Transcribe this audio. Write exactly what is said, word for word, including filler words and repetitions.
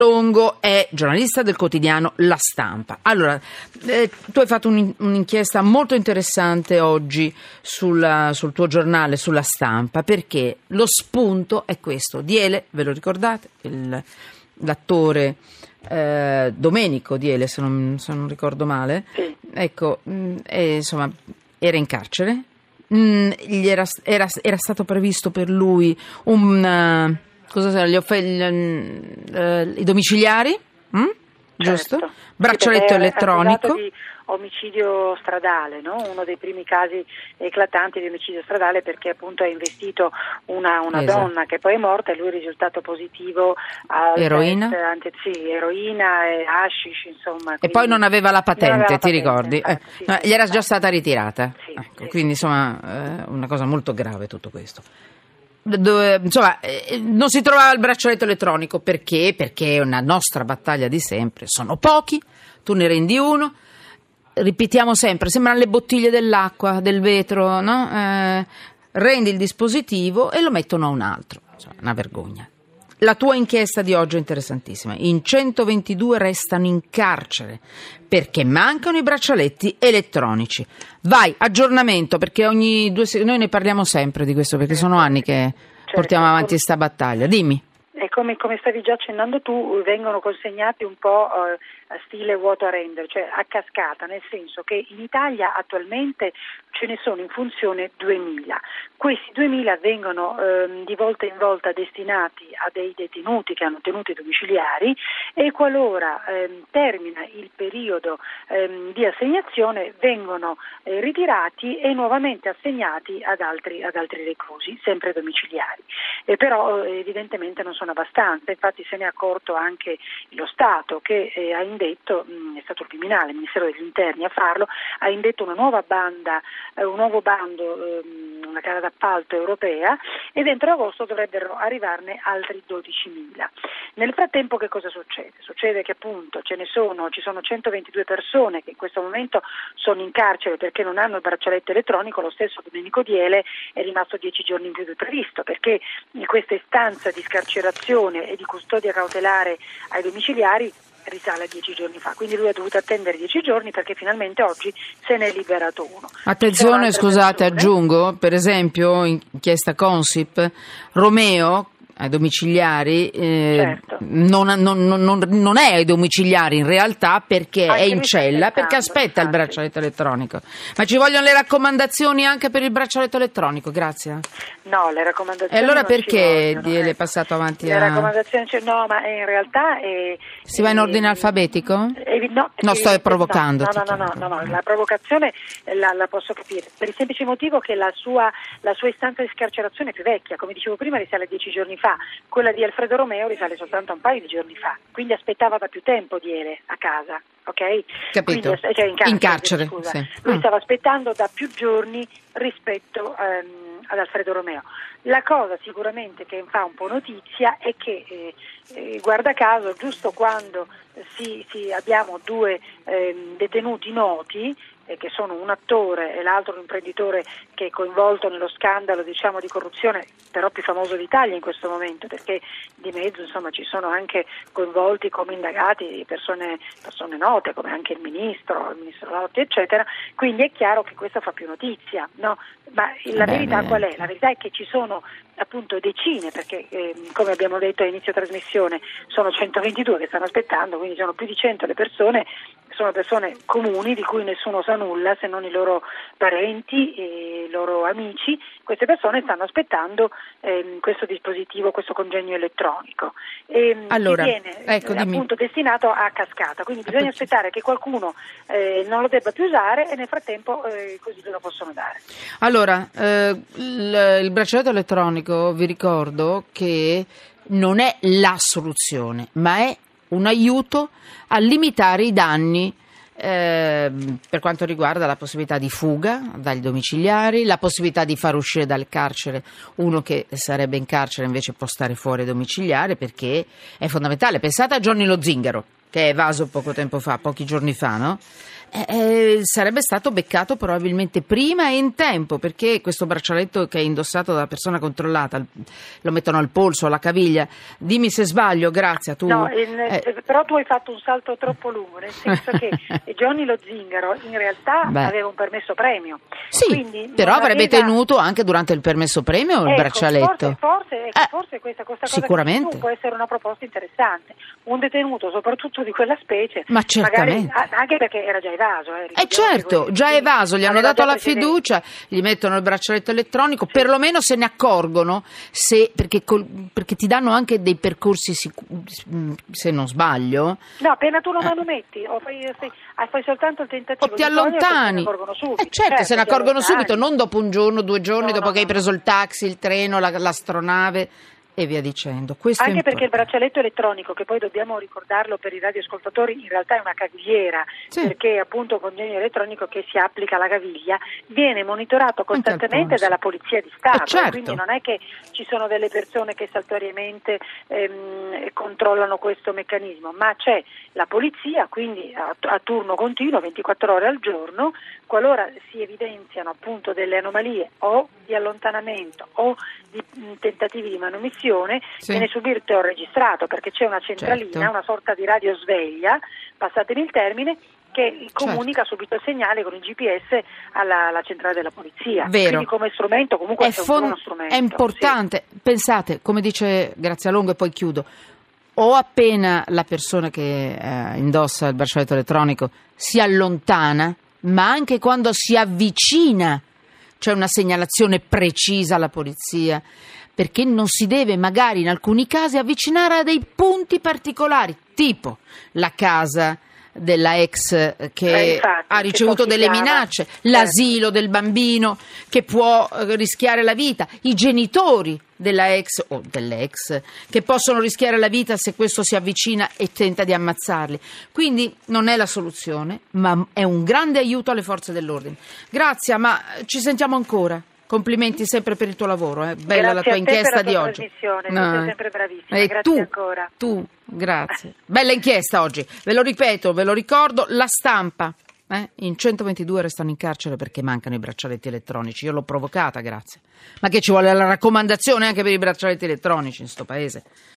Longo è giornalista del quotidiano La Stampa. Allora, eh, tu hai fatto un, un'inchiesta molto interessante oggi sulla, sul tuo giornale, sulla Stampa, perché lo spunto è questo. Diele, ve lo ricordate? Il, l'attore eh, Domenico Diele, se non, se non ricordo male. Sì. Ecco, mh, e, insomma, era in carcere. Mh, gli era, era, era stato previsto per lui un... Uh, Cosa sono gli off- gli, uh, i domiciliari? Mm? Giusto? Certo. Braccialetto sì, elettronico. Di omicidio stradale, no? Uno dei primi casi eclatanti di omicidio stradale, perché appunto ha investito una, una esatto. donna che poi è morta e lui è risultato positivo a eroina, test, anche, sì, eroina e hashish, insomma. E poi non aveva la patente, aveva la ti patente, ricordi? Infatti, eh, sì, no, sì, gli era infatti. già stata ritirata. Sì, ecco, sì, quindi sì. insomma eh, una cosa molto grave tutto questo. Dove, insomma, eh, non si trovava il braccialetto elettronico perché? Perché è una nostra battaglia di sempre. Sono pochi, tu ne rendi uno, ripetiamo sempre, sembrano le bottiglie dell'acqua, del vetro, no? Eh, rendi il dispositivo e lo mettono a un altro. Insomma, una vergogna. La tua inchiesta di oggi è interessantissima. In centoventidue restano in carcere perché mancano i braccialetti elettronici. Vai, aggiornamento, perché ogni due se- noi ne parliamo sempre di questo, perché sono anni che Certo. portiamo avanti questa battaglia. Dimmi. E come, come stavi già accennando tu, vengono consegnati un po' eh, a stile vuoto a render, cioè a cascata, nel senso che in Italia attualmente ce ne sono in funzione duemila. Questi duemila vengono ehm, di volta in volta destinati a dei detenuti che hanno tenuti domiciliari e qualora ehm, termina il periodo ehm, di assegnazione vengono eh, ritirati e nuovamente assegnati ad altri, ad altri reclusi, sempre domiciliari. E però eh, evidentemente non sono abbastanza, infatti se ne è accorto anche lo Stato che eh, ha indetto, mh, è stato il Viminale, il Ministero degli Interni a farlo, ha indetto una nuova banda, eh, un nuovo bando, ehm, una gara d'appalto europea, ed entro agosto dovrebbero arrivarne altri dodicimila. Nel frattempo che cosa succede? Succede che appunto ce ne sono, ci sono centoventidue persone che in questo momento sono in carcere perché non hanno il braccialetto elettronico. Lo stesso Domenico Diele è rimasto dieci giorni in più del previsto perché questa istanza di scarcerazione e di custodia cautelare ai domiciliari risale a dieci giorni fa, quindi lui ha dovuto attendere dieci giorni perché finalmente oggi se ne è liberato uno. Attenzione, scusate, persone. aggiungo, per esempio, inchiesta Consip, Romeo ai domiciliari eh, Certo. non, non, non, non è ai domiciliari in realtà perché Anche è in lui sta cella, perché aspettando, aspetta il infatti. braccialetto elettronico. Ma ci vogliono le raccomandazioni anche per il braccialetto elettronico? Grazie. No, le raccomandazioni E allora non ci perché vogliono, Diele è ecco. passato avanti Le a... raccomandazioni, cioè, no, ma in realtà è, Si va in è- ordine alfabetico? è- no, No, è- sto no, provocando. No, no, no, no, no, no, la provocazione la, la posso capire, per il semplice motivo che la sua, la sua istanza di scarcerazione è più vecchia, come dicevo prima risale a dieci giorni fa, quella di Alfredo Romeo risale soltanto a un paio di giorni fa, quindi aspettava da più tempo Diele a casa, ok? Capito. Quindi, cioè in carcere, In carcere, scusa. sì. Lui Ah. stava aspettando da più giorni rispetto ehm, ad Alfredo Romeo. La cosa sicuramente che fa un po' notizia è che eh, eh, guarda caso giusto quando si, si abbiamo due ehm, detenuti noti, eh, che sono un attore e l'altro un imprenditore che è coinvolto nello scandalo, diciamo, di corruzione però più famoso d'Italia in questo momento, perché di mezzo insomma ci sono anche coinvolti come indagati persone, persone note come anche il ministro, il ministro Lotti eccetera, quindi è chiaro che questo fa più notizia, no? Ma la Beh, verità beh. qual è? La verità è che ci sono appunto decine, perché eh, come abbiamo detto a inizio trasmissione sono centoventidue che stanno aspettando, quindi sono più di cento le persone, sono persone comuni di cui nessuno sa nulla se non i loro parenti e i loro amici. Queste persone stanno aspettando ehm, questo dispositivo, questo congegno elettronico e Allora, che viene ecco, eh, dimmi. appunto destinato a cascata, quindi bisogna perché? aspettare che qualcuno eh, non lo debba più usare e nel frattempo eh, così lo possono dare. Allora, eh, il, il braccialetto elettronico, vi ricordo che non è la soluzione, ma è un aiuto a limitare i danni eh, per quanto riguarda la possibilità di fuga dagli domiciliari, la possibilità di far uscire dal carcere uno che sarebbe in carcere invece può stare fuori domiciliare, perché è fondamentale. Pensate a Johnny Lo Zingaro, che è evaso poco tempo fa, pochi giorni fa, no? Eh, sarebbe stato beccato probabilmente prima e in tempo, perché questo braccialetto che è indossato dalla persona controllata lo mettono al polso, alla caviglia. Dimmi se sbaglio, Grazia, tu... No, in, eh. però tu hai fatto un salto troppo lungo, nel senso che Johnny Lo Zingaro in realtà Beh. aveva un permesso premio. Sì, Quindi però avrebbe aveva... tenuto anche durante il permesso premio il ecco, braccialetto. Forse, forse, ecco, Eh, forse questa, questa cosa sicuramente. che tu può essere una proposta interessante. Un detenuto, soprattutto di quella specie, Ma certamente. magari, anche perché era già evaso. Eh, Eh certo, questi, già evaso, gli hanno aveva dato già la precedenti. fiducia, gli mettono il braccialetto elettronico, sì. Perlomeno se ne accorgono, se, perché, col, perché ti danno anche dei percorsi sicuri, se non sbaglio. No, appena tu lo eh. manometti o fai, fai, fai soltanto il tentativo O ti di toglierlo, allontani. se ne accorgono subito. Eh certo, certo, se ne accorgono subito, non dopo un giorno, due giorni, no, dopo no, che hai no, preso no. il taxi, il treno, la, l'astronave e via dicendo. Questo Anche è perché il importante. braccialetto elettronico, che poi dobbiamo ricordarlo per i radioascoltatori, in realtà è una cavigliera, Sì. perché appunto con genio elettronico che si applica alla caviglia, viene monitorato costantemente dalla Polizia di Stato, eh certo. quindi non è che ci sono delle persone che saltuariamente ehm, controllano questo meccanismo, ma c'è la polizia, quindi a, a turno continuo, ventiquattro ore al giorno, qualora si evidenziano appunto delle anomalie o di allontanamento o di mh, tentativi di manomissione, Sì. viene subito registrato, perché c'è una centralina, Certo. una sorta di radiosveglia, passatemi il termine, che comunica Certo. subito il segnale con il G P S alla, alla centrale della polizia. Vero. Quindi come strumento comunque È, è un fon- buono strumento. è importante, sì. Pensate, come dice Grazialongo e poi chiudo, o appena la persona che eh, indossa il braccialetto elettronico si allontana, ma anche quando si avvicina c'è una segnalazione precisa alla polizia, perché non si deve magari in alcuni casi avvicinare a dei punti particolari, tipo la casa della ex che Eh, infatti, ha ricevuto che delle chiama. minacce, Certo. l'asilo del bambino che può eh, rischiare la vita, i genitori della ex o dell'ex che possono rischiare la vita se questo si avvicina e tenta di ammazzarli. Quindi non è la soluzione, ma è un grande aiuto alle forze dell'ordine. Grazie, ma ci sentiamo ancora. Complimenti sempre per il tuo lavoro, eh. Bella Grazie la tua a te inchiesta per la di tua oggi. trasmissione, No. sei sempre bravissima, E grazie tu, ancora. tu, grazie. Bella inchiesta oggi, ve lo ripeto, ve lo ricordo, La Stampa. Eh? In centoventidue restano in carcere perché mancano i braccialetti elettronici. Io l'ho provocata, grazie. Ma che ci vuole la raccomandazione anche per i braccialetti elettronici in sto paese?